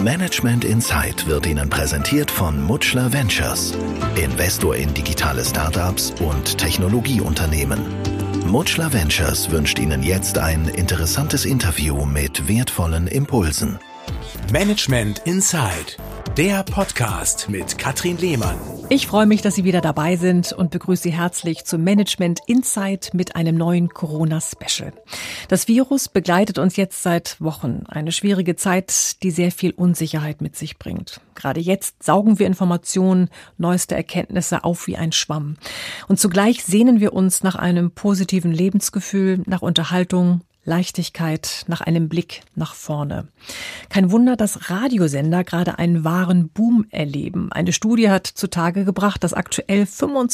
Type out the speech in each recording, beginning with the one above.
Management Insight wird Ihnen präsentiert von Mutschler Ventures, Investor in digitale Startups und Technologieunternehmen. Mutschler Ventures wünscht Ihnen jetzt ein interessantes Interview mit wertvollen Impulsen. Management Insight, der Podcast mit Katrin Lehmann. Ich freue mich, dass Sie wieder dabei sind und begrüße Sie herzlich zu Management Insight mit einem neuen Corona-Special. Das Virus begleitet uns jetzt seit Wochen. Eine schwierige Zeit, die sehr viel Unsicherheit mit sich bringt. Gerade jetzt saugen wir Informationen, neueste Erkenntnisse auf wie ein Schwamm. Und zugleich sehnen wir uns nach einem positiven Lebensgefühl, nach Unterhaltung, Leichtigkeit, nach einem Blick nach vorne. Kein Wunder, dass Radiosender gerade einen wahren Boom erleben. Eine Studie hat zutage gebracht, dass aktuell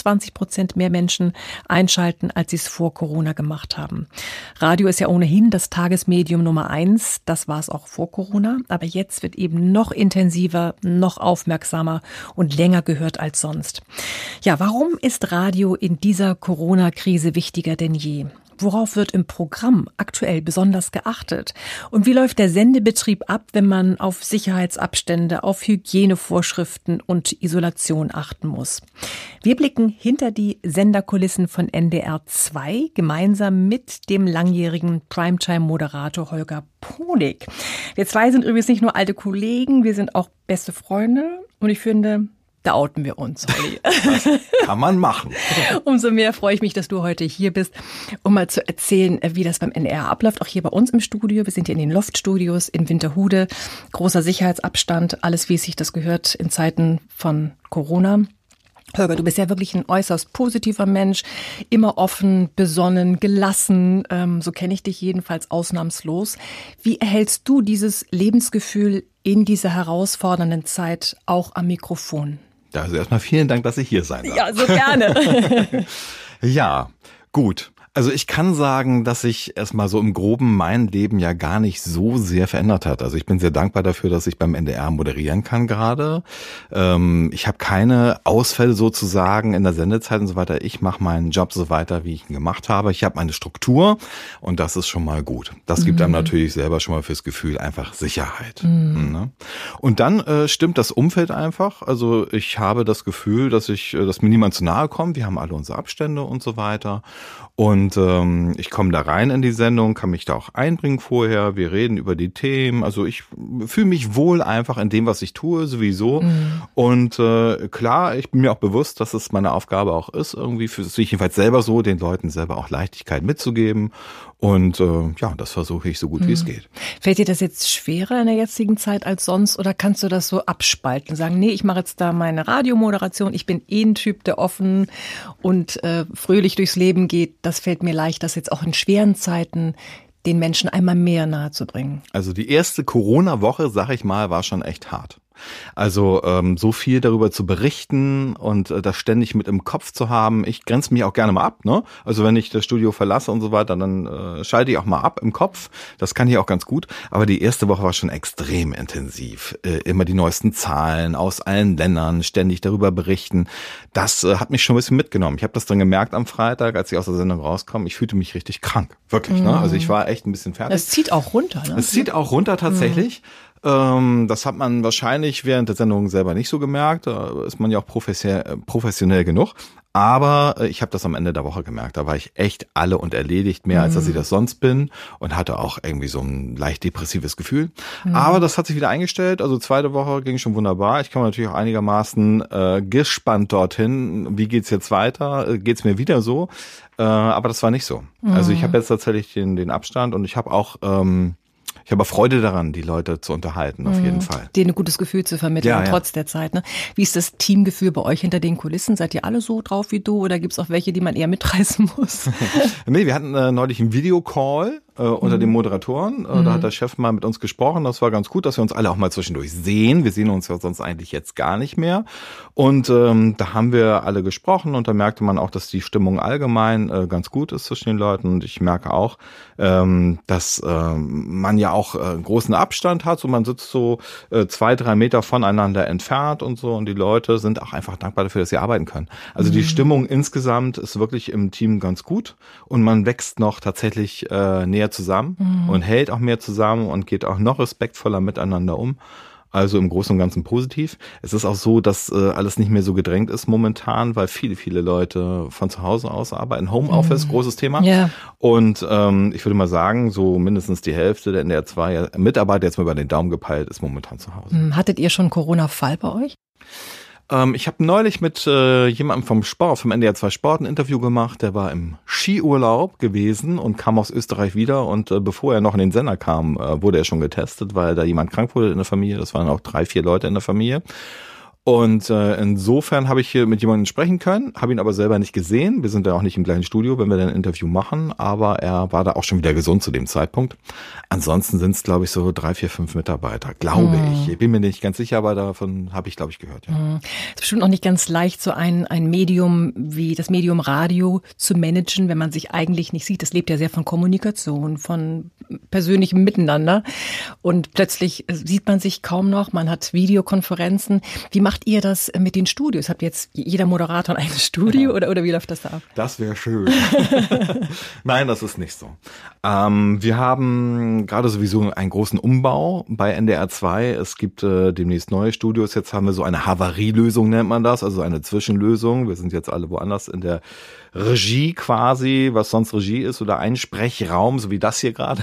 25% mehr Menschen einschalten, als sie es vor Corona gemacht haben. Radio ist ja ohnehin das Tagesmedium Nummer 1. Das war es auch vor Corona. Aber jetzt wird eben noch intensiver, noch aufmerksamer und länger gehört als sonst. Ja, warum ist Radio in dieser Corona-Krise wichtiger denn je? Worauf wird im Programm aktuell besonders geachtet? Und wie läuft der Sendebetrieb ab, wenn man auf Sicherheitsabstände, auf Hygienevorschriften und Isolation achten muss? Wir blicken hinter die Senderkulissen von NDR 2 gemeinsam mit dem langjährigen Primetime-Moderator Holger Ponig. Wir zwei sind übrigens nicht nur alte Kollegen, wir sind auch beste Freunde und ich finde, da outen wir uns, Holly. Das kann man machen. Umso mehr freue ich mich, dass du heute hier bist, um mal zu erzählen, wie das beim NDR abläuft. Auch hier bei uns im Studio. Wir sind hier in den Loft-Studios in Winterhude. Großer Sicherheitsabstand, alles wie es sich das gehört in Zeiten von Corona. Holger, du bist ja wirklich ein äußerst positiver Mensch, immer offen, besonnen, gelassen. So kenne ich dich jedenfalls ausnahmslos. Wie erhältst du dieses Lebensgefühl in dieser herausfordernden Zeit auch am Mikrofon? Also erstmal vielen Dank, dass ich hier sein darf. Ja, so gerne. Ja, gut. Also ich kann sagen, dass sich erstmal so im Groben mein Leben ja gar nicht so sehr verändert hat. Also ich bin sehr dankbar dafür, dass ich beim NDR moderieren kann gerade. Ich habe keine Ausfälle sozusagen in der Sendezeit und so weiter. Ich mache meinen Job so weiter, wie ich ihn gemacht habe. Ich habe meine Struktur und das ist schon mal gut. Das gibt einem natürlich selber schon mal fürs Gefühl einfach Sicherheit. Und dann stimmt das Umfeld einfach. Also ich habe das Gefühl, dass mir niemand zu nahe kommt. Wir haben alle unsere Abstände und so weiter. Und ich komme da rein in die Sendung, kann mich da auch einbringen vorher. Wir reden über die Themen. Also ich fühle mich wohl einfach in dem, was ich tue, sowieso. Und klar, ich bin mir auch bewusst, dass es meine Aufgabe auch ist, irgendwie für sich jedenfalls selber so, den Leuten selber auch Leichtigkeit mitzugeben. Und ja, das versuche ich so gut wie es geht. Fällt dir das jetzt schwerer in der jetzigen Zeit als sonst oder kannst du das so abspalten? Sagen, nee, ich mache jetzt da meine Radiomoderation, ich bin ein Typ, der offen und fröhlich durchs Leben geht. Das fällt mir leicht, das jetzt auch in schweren Zeiten den Menschen einmal mehr nahe zu bringen. Also die erste Corona-Woche, sag ich mal, war schon echt hart. Also so viel darüber zu berichten und das ständig mit im Kopf zu haben. Ich grenze mich auch gerne mal ab, ne? Also wenn ich das Studio verlasse und so weiter, dann schalte ich auch mal ab im Kopf. Das kann ich auch ganz gut. Aber die erste Woche war schon extrem intensiv. Immer die neuesten Zahlen aus allen Ländern, ständig darüber berichten. Das hat mich schon ein bisschen mitgenommen. Ich habe das dann gemerkt am Freitag, als ich aus der Sendung rauskam. Ich fühlte mich richtig krank. Wirklich, ne? Also ich war echt ein bisschen fertig. Das zieht auch runter, ne? Es zieht auch runter tatsächlich. Das hat man wahrscheinlich während der Sendung selber nicht so gemerkt. Da ist man ja auch professionell genug. Aber ich habe das am Ende der Woche gemerkt. Da war ich echt alle und erledigt, mehr als dass ich das sonst bin. Und hatte auch irgendwie so ein leicht depressives Gefühl. Aber das hat sich wieder eingestellt. Also zweite Woche ging schon wunderbar. Ich kam natürlich auch einigermaßen gespannt dorthin. Wie geht's jetzt weiter? Geht's mir wieder so? Aber das war nicht so. Also ich habe jetzt tatsächlich den Abstand und ich habe auch ich habe Freude daran, die Leute zu unterhalten, auf jeden Fall. Denen ein gutes Gefühl zu vermitteln, trotz der Zeit. Ne? Wie ist das Teamgefühl bei euch hinter den Kulissen? Seid ihr alle so drauf wie du oder gibt es auch welche, die man eher mitreißen muss? Nee, wir hatten neulich einen Videocall unter den Moderatoren. Da hat der Chef mal mit uns gesprochen. Das war ganz gut, dass wir uns alle auch mal zwischendurch sehen. Wir sehen uns ja sonst eigentlich jetzt gar nicht mehr. Und da haben wir alle gesprochen und da merkte man auch, dass die Stimmung allgemein ganz gut ist zwischen den Leuten. Und ich merke auch, dass man ja auch großen Abstand hat. So man sitzt so 2-3 Meter voneinander entfernt und so. Und die Leute sind auch einfach dankbar dafür, dass sie arbeiten können. Also die Stimmung insgesamt ist wirklich im Team ganz gut. Und man wächst noch tatsächlich näher zusammen und hält auch mehr zusammen und geht auch noch respektvoller miteinander um. Also im Großen und Ganzen positiv. Es ist auch so, dass alles nicht mehr so gedrängt ist momentan, weil viele Leute von zu Hause aus arbeiten. Homeoffice, großes Thema. Ja. Und ich würde mal sagen, so mindestens die Hälfte der NDR 2 Mitarbeiter, jetzt mal über den Daumen gepeilt, ist momentan zu Hause. Hattet ihr schon einen Corona-Fall bei euch? Ich habe neulich mit jemandem vom NDR 2 Sport ein Interview gemacht. Der war im Skiurlaub gewesen und kam aus Österreich wieder. Und bevor er noch in den Sender kam, wurde er schon getestet, weil da jemand krank wurde in der Familie. Das waren auch 3-4 Leute in der Familie. Und insofern habe ich hier mit jemandem sprechen können, habe ihn aber selber nicht gesehen. Wir sind ja auch nicht im gleichen Studio, wenn wir dann ein Interview machen, aber er war da auch schon wieder gesund zu dem Zeitpunkt. Ansonsten sind es, glaube ich, so 3, 4, 5 Mitarbeiter, glaube ich. Ich bin mir nicht ganz sicher, aber davon habe ich, glaube ich, gehört. Ja. ist bestimmt auch nicht ganz leicht, so ein Medium wie das Medium Radio zu managen, wenn man sich eigentlich nicht sieht. Das lebt ja sehr von Kommunikation, von persönlichem Miteinander. Und plötzlich sieht man sich kaum noch, man hat Videokonferenzen. Wie macht ihr das mit den Studios? Habt ihr jetzt jeder Moderator ein eigenes Studio oder wie läuft das da ab? Das wäre schön. Nein, das ist nicht so. Wir haben gerade sowieso einen großen Umbau bei NDR 2. Es gibt demnächst neue Studios. Jetzt haben wir so eine Havarielösung, nennt man das, also eine Zwischenlösung. Wir sind jetzt alle woanders in der Regie quasi, was sonst Regie ist, oder ein Sprechraum, so wie das hier gerade.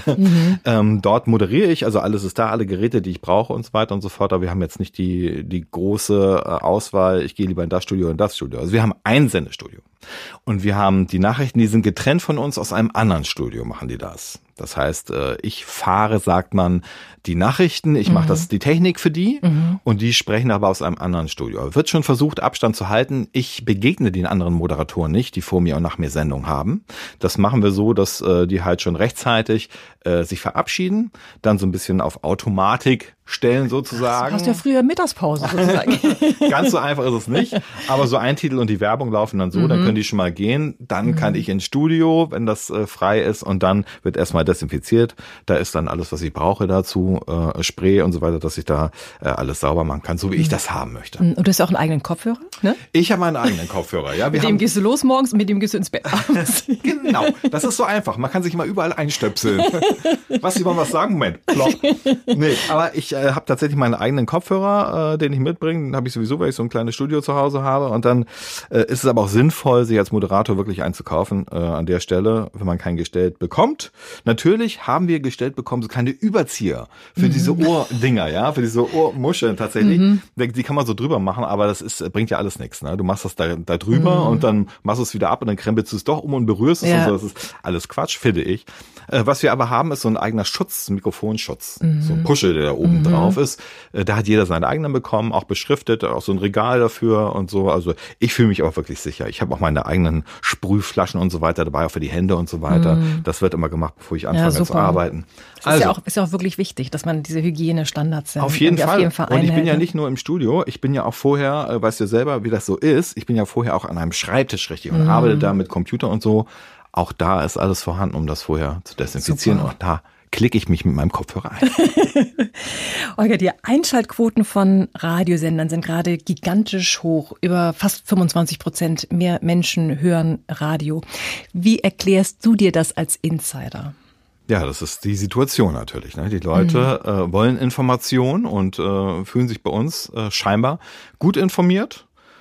Dort moderiere ich, also alles ist da, alle Geräte, die ich brauche und so weiter und so fort. Aber wir haben jetzt nicht die große Auswahl, ich gehe lieber in das Studio und das Studio. Also wir haben ein Sendestudio. Und wir haben die Nachrichten, die sind getrennt von uns, aus einem anderen Studio machen die das. Das heißt, ich fahre, sagt man, die Nachrichten, ich mache die Technik für die und die sprechen aber aus einem anderen Studio. Wird schon versucht, Abstand zu halten. Ich begegne den anderen Moderatoren nicht, die vor mir und nach mir Sendung haben. Das machen wir so, dass die halt schon rechtzeitig sich verabschieden, dann so ein bisschen auf Automatik stellen sozusagen. Du hast ja früher Mittagspause sozusagen. Ganz so einfach ist es nicht, aber so ein Titel und die Werbung laufen dann so, dann können die schon mal gehen, dann kann ich ins Studio, wenn das frei ist und dann wird erstmal desinfiziert, da ist dann alles, was ich brauche dazu, Spray und so weiter, dass ich da alles sauber machen kann, so wie ich das haben möchte. Und du hast auch einen eigenen Kopfhörer, ne? Ich habe meinen eigenen Kopfhörer, ja. Mit dem gehst du los morgens und mit dem gehst du ins Bett abends. Genau, das ist so einfach, man kann sich immer überall einstöpseln. Was, Sie wollen was sagen? Moment, plopp. Nee, aber ich habe tatsächlich meinen eigenen Kopfhörer, den ich mitbringe, den habe ich sowieso, weil ich so ein kleines Studio zu Hause habe und dann ist es aber auch sinnvoll, sich als Moderator wirklich einzukaufen an der Stelle, wenn man kein gestellt bekommt. Natürlich haben wir gestellt bekommen so keine Überzieher für diese Ohrdinger, ja, für diese Ohrmuscheln tatsächlich. Die kann man so drüber machen, aber das bringt ja alles nichts. Ne? Du machst das da drüber und dann machst du es wieder ab und dann krempelst du es doch um und berührst es und so. Das ist alles Quatsch, finde ich. Was wir aber haben, ist so ein eigener Schutz, Mikrofonschutz. So ein Puschel, der da oben drauf ist. Da hat jeder seinen eigenen bekommen, auch beschriftet, auch so ein Regal dafür und so. Also ich fühle mich auch wirklich sicher. Ich habe auch meine eigenen Sprühflaschen und so weiter dabei, auch für die Hände und so weiter. Das wird immer gemacht, bevor ich anfange zu arbeiten. Das ist ja auch wirklich wichtig, dass man diese Hygienestandards auf jeden Fall und ich bin ja nicht nur im Studio, ich bin ja auch vorher, weißt du selber, wie das so ist, ich bin ja vorher auch an einem Schreibtisch richtig und arbeite da mit Computer und so. Auch da ist alles vorhanden, um das vorher zu desinfizieren. Super. Und da klicke ich mich mit meinem Kopfhörer ein. Olga, die Einschaltquoten von Radiosendern sind gerade gigantisch hoch. Über fast 25% mehr Menschen hören Radio. Wie erklärst du dir das als Insider? Ja, das ist die Situation natürlich. Ne? Die Leute wollen Information und fühlen sich bei uns scheinbar gut informiert.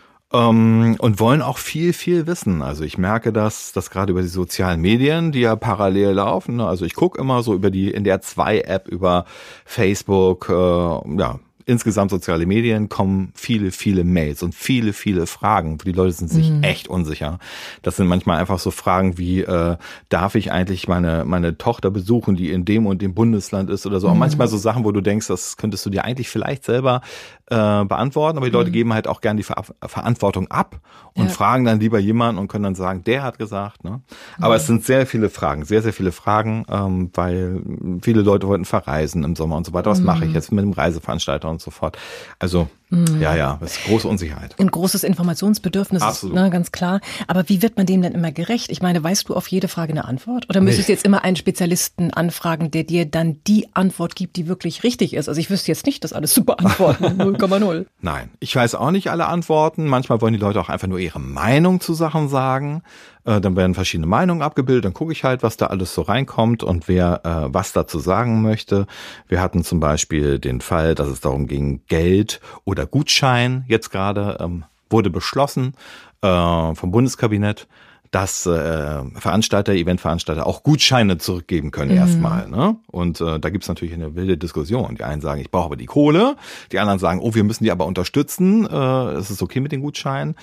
Und wollen auch viel wissen. Also ich merke das gerade über die sozialen Medien, die ja parallel laufen. Also ich gucke immer so über die NDR 2 App, über Facebook, insgesamt soziale Medien kommen viele Mails und viele Fragen. Die Leute sind sich echt unsicher. Das sind manchmal einfach so Fragen wie, darf ich eigentlich meine Tochter besuchen, die in dem und dem Bundesland ist oder so. Und manchmal so Sachen, wo du denkst, das könntest du dir eigentlich vielleicht selber beantworten, aber die Leute geben halt auch gern die Verantwortung ab und fragen dann lieber jemanden und können dann sagen, der hat gesagt. Ne? Aber es sind sehr viele Fragen, sehr viele Fragen, weil viele Leute wollten verreisen im Sommer und so weiter. Was mache ich jetzt mit dem Reiseveranstalter und so fort? Also Ja, das ist große Unsicherheit. Ein großes Informationsbedürfnis, Absolut. Ist, ne, ganz klar. Aber wie wird man dem denn immer gerecht? Ich meine, weißt du auf jede Frage eine Antwort? Oder müsstest du jetzt immer einen Spezialisten anfragen, der dir dann die Antwort gibt, die wirklich richtig ist? Also ich wüsste jetzt nicht, dass alles super Antworten, 0,0. Nein, ich weiß auch nicht alle Antworten. Manchmal wollen die Leute auch einfach nur ihre Meinung zu Sachen sagen. Dann werden verschiedene Meinungen abgebildet. Dann gucke ich halt, was da alles so reinkommt und wer was dazu sagen möchte. Wir hatten zum Beispiel den Fall, dass es darum ging, Geld oder Gutschein jetzt gerade wurde beschlossen vom Bundeskabinett, dass Eventveranstalter auch Gutscheine zurückgeben können erstmal. Ne? Und da gibt's natürlich eine wilde Diskussion. Die einen sagen, ich brauche aber die Kohle. Die anderen sagen, wir müssen die aber unterstützen. Es ist okay mit den Gutscheinen,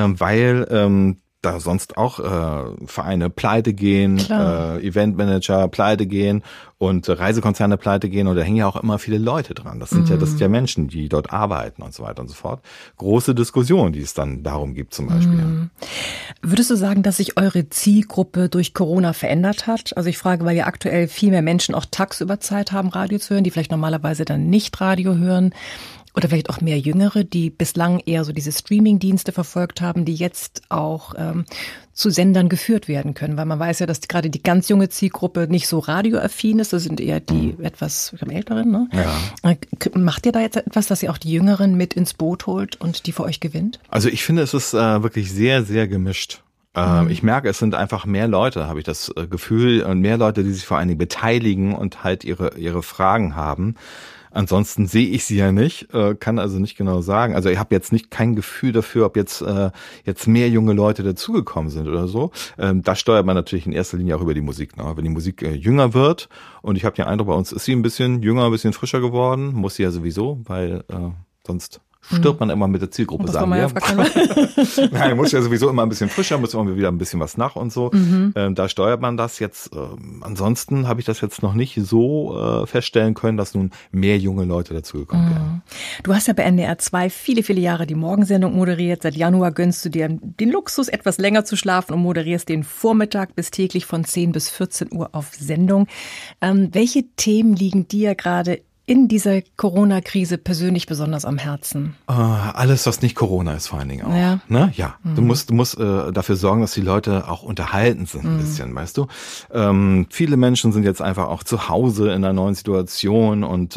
weil da sonst auch Vereine pleite gehen, Eventmanager pleite gehen und Reisekonzerne pleite gehen und da hängen ja auch immer viele Leute dran. Das sind ja Menschen, die dort arbeiten und so weiter und so fort. Große Diskussion, die es dann darum gibt zum Beispiel. Würdest du sagen, dass sich eure Zielgruppe durch Corona verändert hat? Also ich frage, weil ja aktuell viel mehr Menschen auch tagsüber Zeit haben, Radio zu hören, die vielleicht normalerweise dann nicht Radio hören. Oder vielleicht auch mehr Jüngere, die bislang eher so diese Streaming-Dienste verfolgt haben, die jetzt auch zu Sendern geführt werden können. Weil man weiß ja, dass gerade die ganz junge Zielgruppe nicht so radioaffin ist. Das sind eher die etwas älteren. Ne? Ja. Macht ihr da jetzt etwas, dass ihr auch die Jüngeren mit ins Boot holt und die für euch gewinnt? Also ich finde, es ist wirklich sehr, sehr gemischt. Ich merke, es sind einfach mehr Leute, habe ich das Gefühl, und mehr Leute, die sich vor allen Dingen beteiligen und halt ihre Fragen haben. Ansonsten sehe ich sie ja nicht, kann also nicht genau sagen. Also ich habe jetzt kein Gefühl dafür, ob jetzt mehr junge Leute dazugekommen sind oder so. Das steuert man natürlich in erster Linie auch über die Musik. Ne? Wenn die Musik jünger wird, und ich habe den Eindruck, bei uns ist sie ein bisschen jünger, ein bisschen frischer geworden, muss sie ja sowieso, weil sonst stirbt man immer mit der Zielgruppe, sagen wir. Nein, muss ja sowieso immer ein bisschen frischer, muss immer wieder ein bisschen was nach und so. Da steuert man das jetzt. Ansonsten habe ich das jetzt noch nicht so feststellen können, dass nun mehr junge Leute dazugekommen wären. Du hast ja bei NDR 2 viele, viele Jahre die Morgensendung moderiert. Seit Januar gönnst du dir den Luxus, etwas länger zu schlafen und moderierst den Vormittag bis täglich von 10 bis 14 Uhr auf Sendung. Welche Themen liegen dir gerade in dieser Corona-Krise persönlich besonders am Herzen? Alles, was nicht Corona ist, vor allen Dingen auch. Ja. Ne? Ja. Du musst dafür sorgen, dass die Leute auch unterhalten sind ein bisschen, weißt du. Viele Menschen sind jetzt einfach auch zu Hause in einer neuen Situation und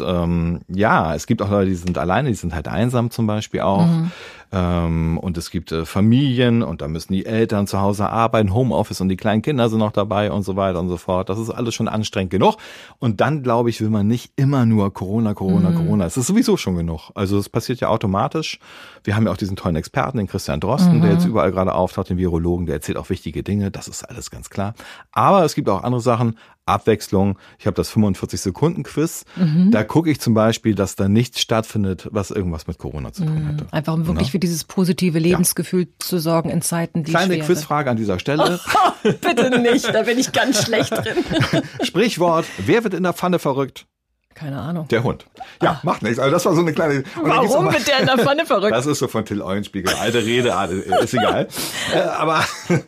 es gibt auch Leute, die sind alleine, die sind halt einsam zum Beispiel auch. Und es gibt Familien und da müssen die Eltern zu Hause arbeiten, Homeoffice und die kleinen Kinder sind noch dabei und so weiter und so fort. Das ist alles schon anstrengend genug. Und dann, glaube ich, will man nicht immer nur Corona. Es ist sowieso schon genug. Also es passiert ja automatisch. Wir haben ja auch diesen tollen Experten, den Christian Drosten, der jetzt überall gerade auftaucht, den Virologen, der erzählt auch wichtige Dinge. Das ist alles ganz klar. Aber es gibt auch andere Sachen. Abwechslung. Ich habe das 45-Sekunden-Quiz. Da gucke ich zum Beispiel, dass da nichts stattfindet, was irgendwas mit Corona zu tun hätte. Einfach um wirklich für dieses positive Lebensgefühl zu sorgen in Zeiten, die Kleine schwer Quizfrage an dieser Stelle. Bitte nicht, da bin ich ganz schlecht drin. Sprichwort, wer wird in der Pfanne verrückt? Keine Ahnung. Der Hund. Ja, macht nichts. Also das war so eine kleine... Warum wird der in der Pfanne verrückt? Das ist so von Till Eulenspiegel. Alte Rede, ist egal. Aber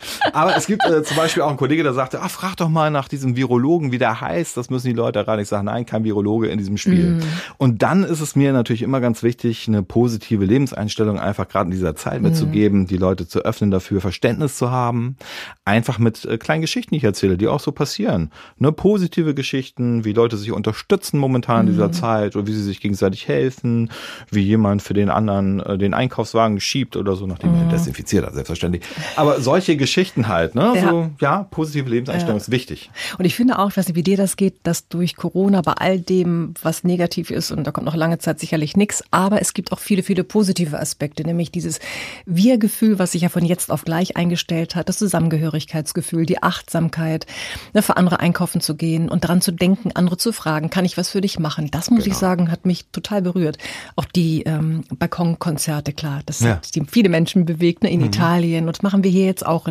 es gibt zum Beispiel auch einen Kollege, der sagte, frag doch mal nach diesem Virologen, wie der heißt. Das müssen die Leute erraten. Ich sage, nein, kein Virologe in diesem Spiel. Und dann ist es mir natürlich immer ganz wichtig, eine positive Lebenseinstellung einfach gerade in dieser Zeit mitzugeben, die Leute zu öffnen dafür, Verständnis zu haben. Einfach mit kleinen Geschichten, die ich erzähle, die auch so passieren. Ne, positive Geschichten, wie Leute sich unterstützen momentan in dieser Zeit oder wie sie sich gegenseitig helfen, wie jemand für den anderen den Einkaufswagen schiebt oder so, nachdem er desinfiziert hat, selbstverständlich. Aber solche Geschichten halt, ne? Positive Lebenseinstellung ist wichtig. Und ich finde auch, ich weiß nicht, wie dir das geht, dass durch Corona bei all dem, was negativ ist, und da kommt noch lange Zeit sicherlich nichts, aber es gibt auch viele, viele positive Aspekte, nämlich dieses Wir-Gefühl, was sich ja von jetzt auf gleich eingestellt hat, das Zusammengehörigkeitsgefühl, die Achtsamkeit, für andere einkaufen zu gehen und daran zu denken, andere zu fragen, kann ich was für dich machen? Das muss ich sagen, hat mich total berührt. Auch die Balkonkonzerte, klar, das hat viele Menschen bewegt, in Italien, und das machen wir hier jetzt auch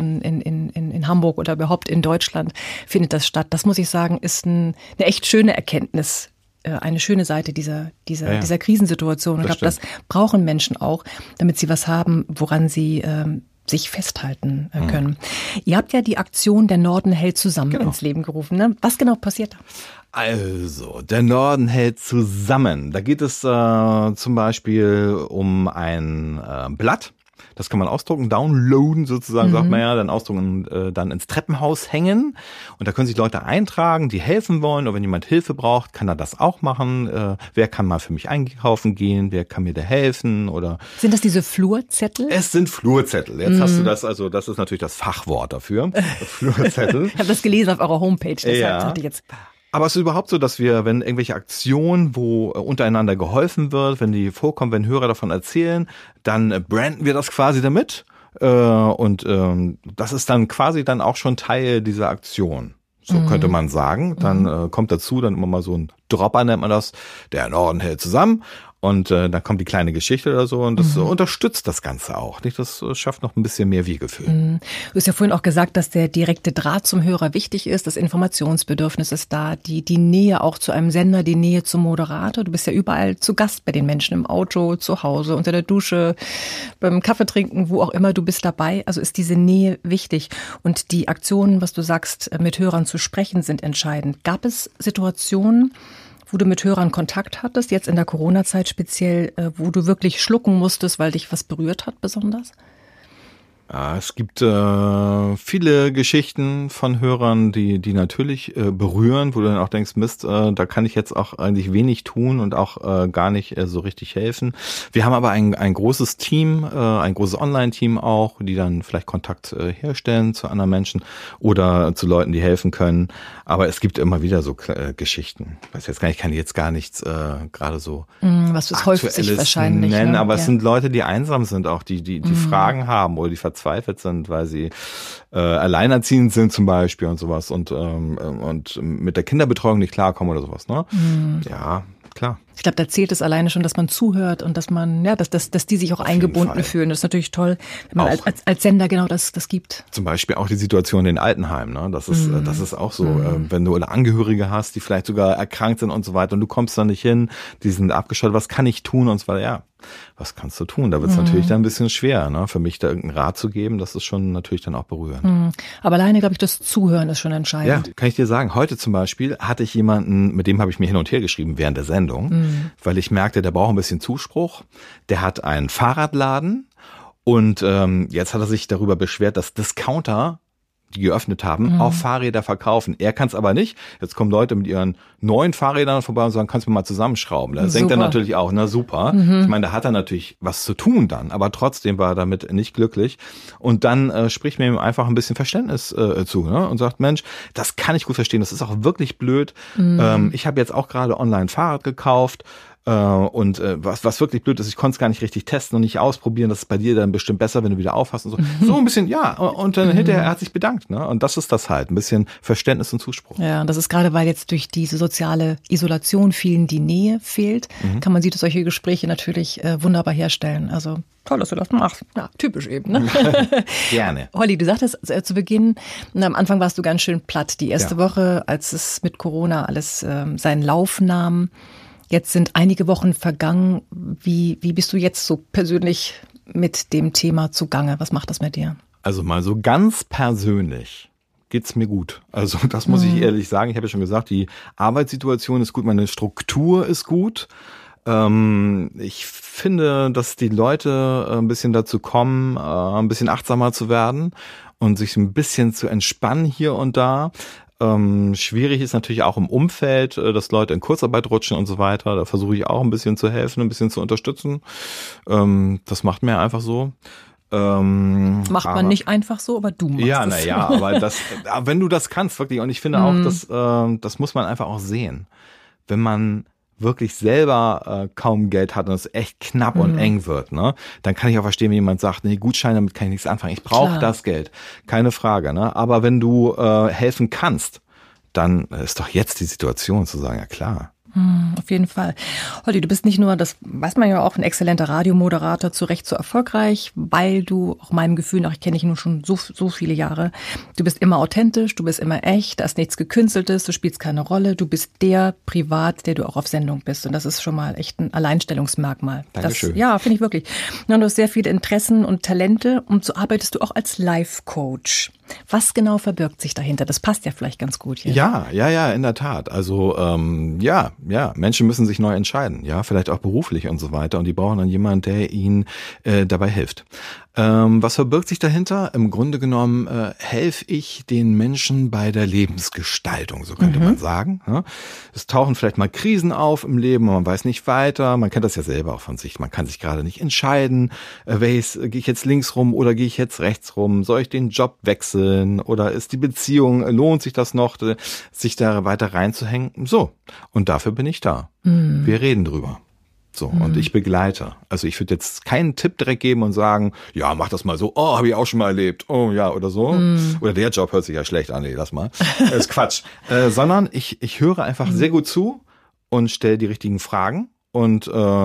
in Hamburg oder überhaupt in Deutschland findet das statt. Das muss ich sagen, ist eine echt schöne Erkenntnis, eine schöne Seite dieser Krisensituation. Ich glaube, das brauchen Menschen auch, damit sie was haben, woran sie sich festhalten können. Ihr habt ja die Aktion Der Norden hält zusammen ins Leben gerufen. Ne? Was genau passiert da? Also, der Norden hält zusammen. Da geht es zum Beispiel um ein Blatt. Das kann man ausdrucken, downloaden sozusagen, sagt man ja, dann ausdrucken, dann ins Treppenhaus hängen. Und da können sich Leute eintragen, die helfen wollen. Oder wenn jemand Hilfe braucht, kann er das auch machen. Wer kann mal für mich einkaufen gehen? Wer kann mir da helfen? Oder sind das diese Flurzettel? Es sind Flurzettel. Jetzt hast du das, also das ist natürlich das Fachwort dafür. Flurzettel. Ich habe das gelesen auf eurer Homepage, deshalb dachte ich jetzt. Aber es ist überhaupt so, dass wir, wenn irgendwelche Aktionen, wo untereinander geholfen wird, wenn die vorkommen, wenn Hörer davon erzählen, dann branden wir das quasi damit. Und das ist dann quasi dann auch schon Teil dieser Aktion. So könnte man sagen. Dann kommt dazu dann immer mal so ein Dropper, nennt man das. Der Norden hält zusammen. Und dann kommt die kleine Geschichte oder so und das unterstützt das Ganze auch. Nicht? Das schafft noch ein bisschen mehr Wir-Gefühl. Du hast ja vorhin auch gesagt, dass der direkte Draht zum Hörer wichtig ist, das Informationsbedürfnis ist da, die Nähe auch zu einem Sender, die Nähe zum Moderator. Du bist ja überall zu Gast bei den Menschen, im Auto, zu Hause, unter der Dusche, beim Kaffeetrinken, wo auch immer du bist dabei. Also ist diese Nähe wichtig. Und die Aktionen, was du sagst, mit Hörern zu sprechen, sind entscheidend. Gab es Situationen, wo du mit Hörern Kontakt hattest, jetzt in der Corona-Zeit speziell, wo du wirklich schlucken musstest, weil dich was berührt hat besonders? Ja, es gibt viele Geschichten von Hörern, die natürlich berühren, wo du dann auch denkst, Mist, da kann ich jetzt auch eigentlich wenig tun und auch gar nicht so richtig helfen. Wir haben aber ein großes Team, ein großes Online-Team auch, die dann vielleicht Kontakt herstellen zu anderen Menschen oder zu Leuten, die helfen können. Aber es gibt immer wieder so Geschichten. Ich weiß jetzt gar nicht, ich kann jetzt gar nichts gerade so was es häufig sich wahrscheinlich nennen, ne? Aber es sind Leute, die einsam sind, auch die Fragen haben oder die verzweifelt sind, weil sie alleinerziehend sind zum Beispiel und sowas und mit der Kinderbetreuung nicht klarkommen oder sowas, ne? Ja, klar. Ich glaube, da zählt es alleine schon, dass man zuhört und dass man, ja, dass die sich auch eingebunden fühlen. Das ist natürlich toll, wenn man als Sender genau das gibt. Zum Beispiel auch die Situation in den Altenheimen, ne? Das ist auch so, wenn du Angehörige hast, die vielleicht sogar erkrankt sind und so weiter und du kommst da nicht hin, die sind abgeschottet, was kann ich tun und so weiter, ja. Was kannst du tun? Da wird es natürlich dann ein bisschen schwer, ne? Für mich da irgendeinen Rat zu geben, das ist schon natürlich dann auch berührend. Aber alleine, glaube ich, das Zuhören ist schon entscheidend. Ja, kann ich dir sagen. Heute zum Beispiel hatte ich jemanden, mit dem habe ich mir hin und her geschrieben während der Sendung, weil ich merkte, der braucht ein bisschen Zuspruch. Der hat einen Fahrradladen und jetzt hat er sich darüber beschwert, dass Discounter, die geöffnet haben, auch Fahrräder verkaufen. Er kann es aber nicht. Jetzt kommen Leute mit ihren neuen Fahrrädern vorbei und sagen, kannst du mal zusammenschrauben. Da denkt er natürlich auch, na super. Ich meine, da hat er natürlich was zu tun dann, aber trotzdem war er damit nicht glücklich. Und dann spricht mir ihm einfach ein bisschen Verständnis zu, ne? Und sagt, Mensch, das kann ich gut verstehen, das ist auch wirklich blöd. Ich habe jetzt auch gerade online Fahrrad gekauft. Und was wirklich blöd ist, ich konnte es gar nicht richtig testen und nicht ausprobieren. Das ist bei dir dann bestimmt besser, wenn du wieder aufhast und so. So ein bisschen, ja. Und dann hinterher, er hat sich bedankt, ne? Und das ist das halt, ein bisschen Verständnis und Zuspruch. Ja, und das ist gerade, weil jetzt durch diese soziale Isolation vielen die Nähe fehlt, kann man solche Gespräche natürlich wunderbar herstellen. Also toll, dass du das machst. Ja, typisch eben, ne? Gerne. Holly, du sagtest zu Beginn, am Anfang warst du ganz schön platt. Die erste Woche, als es mit Corona alles seinen Lauf nahm. Jetzt sind einige Wochen vergangen. Wie bist du jetzt so persönlich mit dem Thema zugange? Was macht das mit dir? Also mal so ganz persönlich geht's mir gut. Also das muss ich ehrlich sagen. Ich habe ja schon gesagt, die Arbeitssituation ist gut, meine Struktur ist gut. Ich finde, dass die Leute ein bisschen dazu kommen, ein bisschen achtsamer zu werden und sich ein bisschen zu entspannen hier und da. Schwierig ist natürlich auch im Umfeld, dass Leute in Kurzarbeit rutschen und so weiter. Da versuche ich auch ein bisschen zu helfen, ein bisschen zu unterstützen. Das macht mir einfach so. Macht man nicht einfach so, aber du machst es. Ja, naja, aber wenn du das kannst, wirklich. Und ich finde auch, das muss man einfach auch sehen. Wenn man wirklich selber kaum Geld hat und es echt knapp und eng wird, ne, dann kann ich auch verstehen, wenn jemand sagt, nee, Gutschein, damit kann ich nichts anfangen. Ich brauche das Geld. Keine Frage, ne? Aber wenn du helfen kannst, dann ist doch jetzt die Situation zu sagen, ja klar. Auf jeden Fall. Holly, du bist nicht nur, das weiß man ja auch, ein exzellenter Radiomoderator, zu Recht so erfolgreich, weil du auch meinem Gefühl nach, ich kenne dich nun schon so viele Jahre, du bist immer authentisch, du bist immer echt, da ist nichts Gekünsteltes, du spielst keine Rolle, du bist der privat, der du auch auf Sendung bist. Und das ist schon mal echt ein Alleinstellungsmerkmal. Dankeschön. Ja, finde ich wirklich. Und du hast sehr viele Interessen und Talente und so arbeitest du auch als Life-Coach. Was genau verbirgt sich dahinter? Das passt ja vielleicht ganz gut hier. Ja, in der Tat. Also Menschen müssen sich neu entscheiden, ja, vielleicht auch beruflich und so weiter. Und die brauchen dann jemanden, der ihnen dabei hilft. Was verbirgt sich dahinter? Im Grunde genommen helfe ich den Menschen bei der Lebensgestaltung, so könnte man sagen. Ja? Es tauchen vielleicht mal Krisen auf im Leben, man weiß nicht weiter. Man kennt das ja selber auch von sich. Man kann sich gerade nicht entscheiden, gehe ich jetzt links rum oder gehe ich jetzt rechts rum? Soll ich den Job wechseln oder ist die Beziehung, lohnt sich das noch, sich da weiter reinzuhängen? So, und dafür bin ich da. Wir reden drüber. So, und ich begleite. Also ich würde jetzt keinen Tipp direkt geben und sagen, ja, mach das mal so, oh, habe ich auch schon mal erlebt, oh ja, oder so. Oder der Job hört sich ja schlecht an, nee, lass mal. Das ist Quatsch. Sondern ich höre einfach sehr gut zu und stelle die richtigen Fragen. Und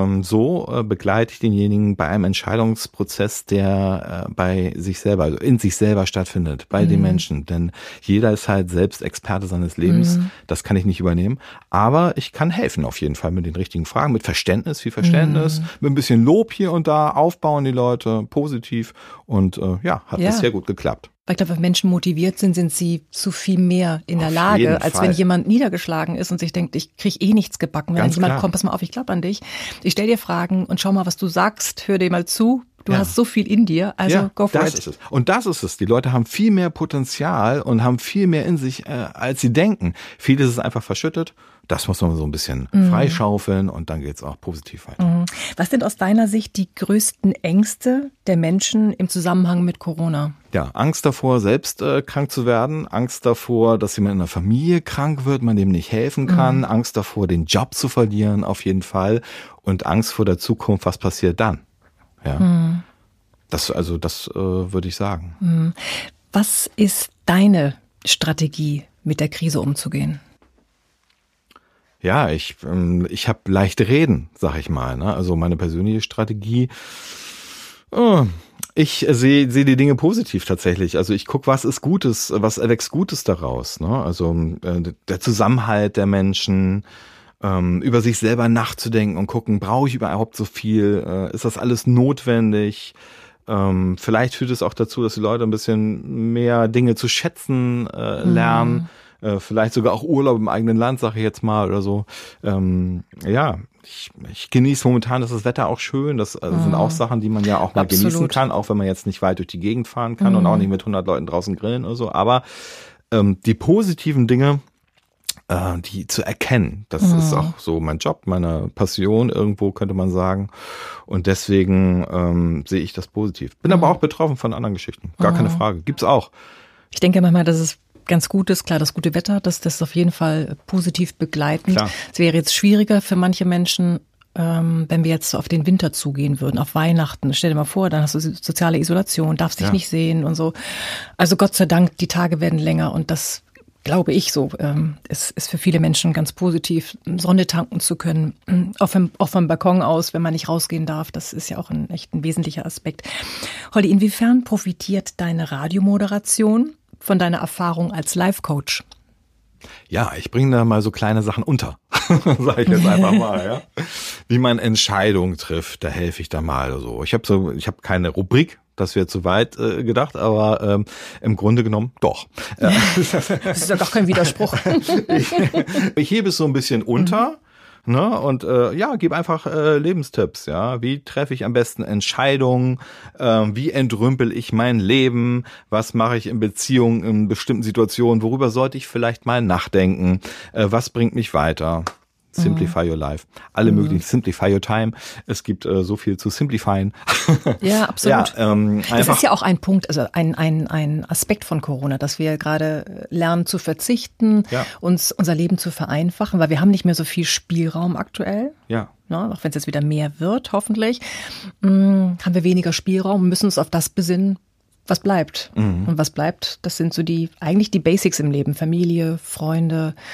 so begleite ich denjenigen bei einem Entscheidungsprozess, der bei sich selber, also in sich selber stattfindet, bei den Menschen. Denn jeder ist halt selbst Experte seines Lebens. Das kann ich nicht übernehmen. Aber ich kann helfen auf jeden Fall mit den richtigen Fragen, mit Verständnis, viel Verständnis, mit ein bisschen Lob hier und da, aufbauen die Leute positiv. Und hat bisher gut geklappt. Weil ich glaube, wenn Menschen motiviert sind, sind sie zu viel mehr in der Lage, als wenn jemand niedergeschlagen ist und sich denkt, ich kriege eh nichts gebacken. Wenn jemand kommt, pass mal auf, ich glaube an dich. Ich stell dir Fragen und schau mal, was du sagst, hör dir mal zu. Du hast so viel in dir, also go for it. Ist es. Und das ist es. Die Leute haben viel mehr Potenzial und haben viel mehr in sich, als sie denken. Vieles ist einfach verschüttet. Das muss man so ein bisschen freischaufeln und dann geht's auch positiv weiter. Was sind aus deiner Sicht die größten Ängste der Menschen im Zusammenhang mit Corona? Ja, Angst davor, selbst krank zu werden, Angst davor, dass jemand in der Familie krank wird, man dem nicht helfen kann, Angst davor, den Job zu verlieren, auf jeden Fall, und Angst vor der Zukunft, was passiert dann? Ja, das würde ich sagen. Was ist deine Strategie, mit der Krise umzugehen? Ja, ich habe leichte Reden, sag ich mal. Ne? Also meine persönliche Strategie. Ich sehe die Dinge positiv tatsächlich. Also ich gucke, was ist Gutes, was erwächst Gutes daraus. Ne? Also der Zusammenhalt der Menschen, über sich selber nachzudenken und gucken, brauche ich überhaupt so viel? Ist das alles notwendig? Vielleicht führt es auch dazu, dass die Leute ein bisschen mehr Dinge zu schätzen lernen. Vielleicht sogar auch Urlaub im eigenen Land, sage ich jetzt mal, oder so. Ich genieße momentan, das Wetter auch schön. Das sind auch Sachen, die man ja auch mal genießen kann, auch wenn man jetzt nicht weit durch die Gegend fahren kann und auch nicht mit 100 Leuten draußen grillen oder so. Aber die positiven Dinge, die zu erkennen, das ist auch so mein Job, meine Passion irgendwo, könnte man sagen. Und deswegen sehe ich das positiv. Bin aber auch betroffen von anderen Geschichten. Gar keine Frage. Gibt's auch. Ich denke manchmal, dass es ganz gut ist, klar, das gute Wetter, das auf jeden Fall positiv begleitend. Klar. Es wäre jetzt schwieriger für manche Menschen, wenn wir jetzt auf den Winter zugehen würden, auf Weihnachten. Stell dir mal vor, dann hast du soziale Isolation, darfst dich nicht sehen und so. Also Gott sei Dank, die Tage werden länger und das glaube ich so. Es ist für viele Menschen ganz positiv, Sonne tanken zu können, auch vom Balkon aus, wenn man nicht rausgehen darf. Das ist ja auch echt ein wesentlicher Aspekt. Holly, inwiefern profitiert deine Radiomoderation von deiner Erfahrung als Life-Coach? Ja, ich bringe da mal so kleine Sachen unter, sage ich jetzt einfach mal, ja. Wie man Entscheidungen trifft, da helfe ich da mal so. Ich habe keine Rubrik, das wäre zu weit gedacht, aber im Grunde genommen doch. Das ist ja gar kein Widerspruch. Ich hebe es so ein bisschen unter. Ne? Und gebe einfach Lebenstipps, ja. Wie treffe ich am besten Entscheidungen? Wie entrümpel ich mein Leben? Was mache ich in Beziehungen, in bestimmten Situationen? Worüber sollte ich vielleicht mal nachdenken? Was bringt mich weiter? Simplify your life. Alle möglichen, Simplify your time. Es gibt so viel zu simplifieren. Ja, absolut. Ja, das ist ja auch ein Punkt, also ein Aspekt von Corona, dass wir gerade lernen zu verzichten, uns unser Leben zu vereinfachen, weil wir haben nicht mehr so viel Spielraum aktuell. Ja. Ne, auch wenn es jetzt wieder mehr wird, hoffentlich, haben wir weniger Spielraum und müssen uns auf das besinnen, was bleibt. Und was bleibt, das sind so eigentlich die Basics im Leben. Familie, Freunde,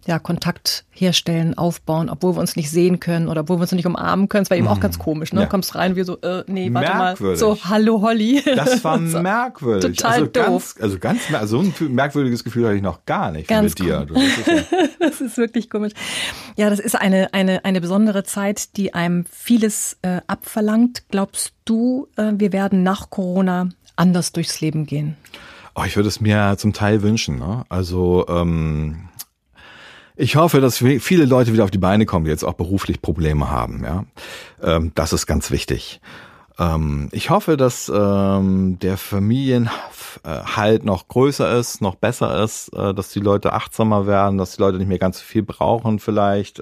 Kontakt herstellen, aufbauen, obwohl wir uns nicht sehen können oder obwohl wir uns nicht umarmen können. Das war eben auch ganz komisch, ne? Du kommst rein wie so, nee, warte merkwürdig. Mal. So, hallo Holly. Das war merkwürdig. Total doof. So ein merkwürdiges Gefühl hatte ich noch gar nicht mit dir. Das ist wirklich komisch. Ja, das ist eine besondere Zeit, die einem vieles abverlangt. Glaubst du, wir werden nach Corona anders durchs Leben gehen? Oh, ich würde es mir zum Teil wünschen, ne? Also, ich hoffe, dass viele Leute wieder auf die Beine kommen, die jetzt auch beruflich Probleme haben. Ja, das ist ganz wichtig. Ich hoffe, dass der Familienhalt noch größer ist, noch besser ist, dass die Leute achtsamer werden, dass die Leute nicht mehr ganz so viel brauchen vielleicht,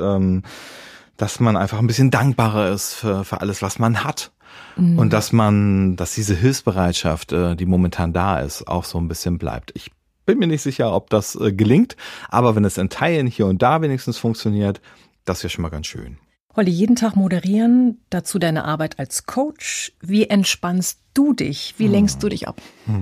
dass man einfach ein bisschen dankbarer ist für alles, was man hat. Und dass diese Hilfsbereitschaft, die momentan da ist, auch so ein bisschen bleibt. Ich bin mir nicht sicher, ob das gelingt, aber wenn es in Teilen hier und da wenigstens funktioniert, das wäre schon mal ganz schön. Holly, jeden Tag moderieren, dazu deine Arbeit als Coach. Wie entspannst du dich? Wie lenkst du dich ab?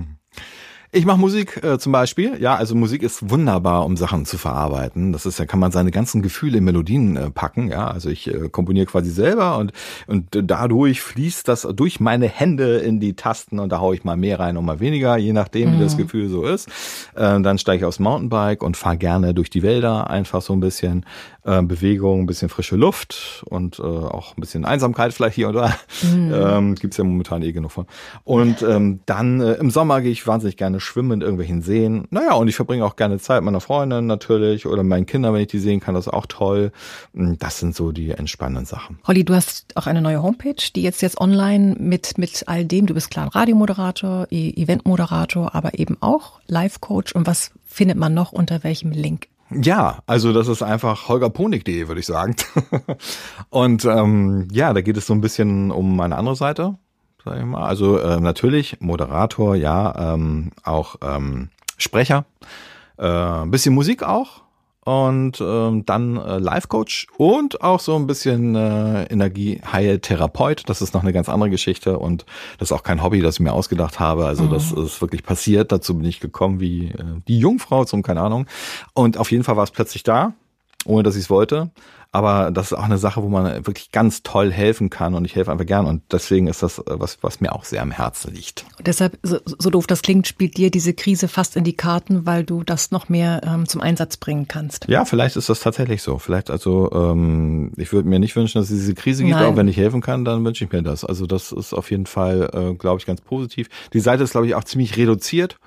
Ich mache Musik zum Beispiel. Ja, also Musik ist wunderbar, um Sachen zu verarbeiten. Das ist, da kann man seine ganzen Gefühle in Melodien packen. Ja, also ich komponiere quasi selber und dadurch fließt das durch meine Hände in die Tasten und da haue ich mal mehr rein und mal weniger, je nachdem, wie das Gefühl so ist. Dann steige ich aufs Mountainbike und fahre gerne durch die Wälder, einfach so ein bisschen Bewegung, ein bisschen frische Luft und auch ein bisschen Einsamkeit vielleicht hier und da. Gibt's ja momentan genug von. Und dann im Sommer gehe ich wahnsinnig gerne schwimmen in irgendwelchen Seen. Naja, und ich verbringe auch gerne Zeit mit meiner Freundin natürlich oder meinen Kindern, wenn ich die sehen kann, das ist auch toll. Das sind so die entspannenden Sachen. Holly, du hast auch eine neue Homepage, die jetzt online mit all dem, du bist klar ein Radiomoderator, Eventmoderator, aber eben auch Life-Coach. Und was findet man noch unter welchem Link? Ja, also das ist einfach holgerponig.de, würde ich sagen. Und da geht es so ein bisschen um eine andere Seite, sag ich mal. Also natürlich Moderator, ja, auch Sprecher, ein bisschen Musik auch und dann Life-Coach und auch so ein bisschen Energieheiltherapeut. Das ist noch eine ganz andere Geschichte und das ist auch kein Hobby, das ich mir ausgedacht habe. Also das ist wirklich passiert. Dazu bin ich gekommen wie die Jungfrau zum, keine Ahnung. Und auf jeden Fall war es plötzlich da, ohne dass ich es wollte. Aber das ist auch eine Sache, wo man wirklich ganz toll helfen kann und ich helfe einfach gern und deswegen ist das was mir auch sehr am Herzen liegt. Und deshalb, so doof das klingt, spielt dir diese Krise fast in die Karten, weil du das noch mehr zum Einsatz bringen kannst. Ja, vielleicht ist das tatsächlich so. Vielleicht ich würde mir nicht wünschen, dass es diese Krise gibt, aber wenn ich helfen kann, dann wünsche ich mir das. Also das ist auf jeden Fall, glaube ich, ganz positiv. Die Seite ist, glaube ich, auch ziemlich reduziert,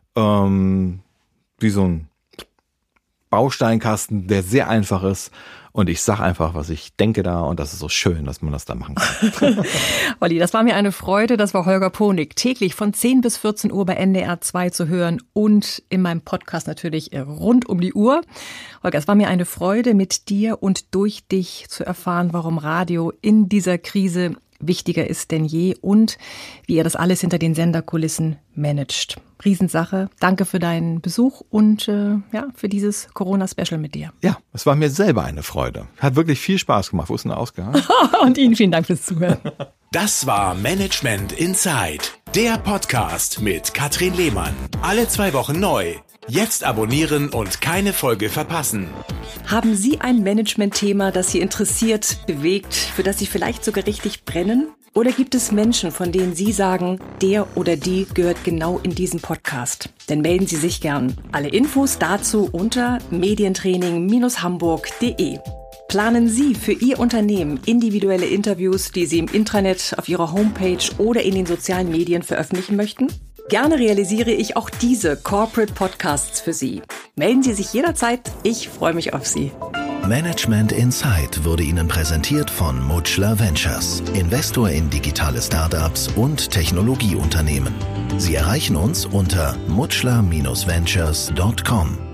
wie so ein Bausteinkasten, der sehr einfach ist. Und ich sage einfach, was ich denke da und das ist so schön, dass man das da machen kann. Olli, das war mir eine Freude. Das war Holger Ponig. Täglich von 10 bis 14 Uhr bei NDR 2 zu hören und in meinem Podcast natürlich rund um die Uhr. Holger, es war mir eine Freude, mit dir und durch dich zu erfahren, warum Radio in dieser Krise wichtiger ist denn je und wie ihr das alles hinter den Senderkulissen managt. Riesensache. Danke für deinen Besuch und für dieses Corona-Special mit dir. Ja, es war mir selber eine Freude. Hat wirklich viel Spaß gemacht. Wo ist denn der Ausgang? Und Ihnen vielen Dank fürs Zuhören. Das war Management Inside, der Podcast mit Katrin Lehmann. Alle 2 Wochen neu. Jetzt abonnieren und keine Folge verpassen. Haben Sie ein Management-Thema, das Sie interessiert, bewegt, für das Sie vielleicht sogar richtig brennen? Oder gibt es Menschen, von denen Sie sagen, der oder die gehört genau in diesen Podcast? Dann melden Sie sich gern. Alle Infos dazu unter medientraining-hamburg.de. Planen Sie für Ihr Unternehmen individuelle Interviews, die Sie im Intranet, auf Ihrer Homepage oder in den sozialen Medien veröffentlichen möchten? Gerne realisiere ich auch diese Corporate Podcasts für Sie. Melden Sie sich jederzeit. Ich freue mich auf Sie. Management Inside wurde Ihnen präsentiert von Mutchler Ventures, Investor in digitale Startups und Technologieunternehmen. Sie erreichen uns unter mutchler-ventures.com.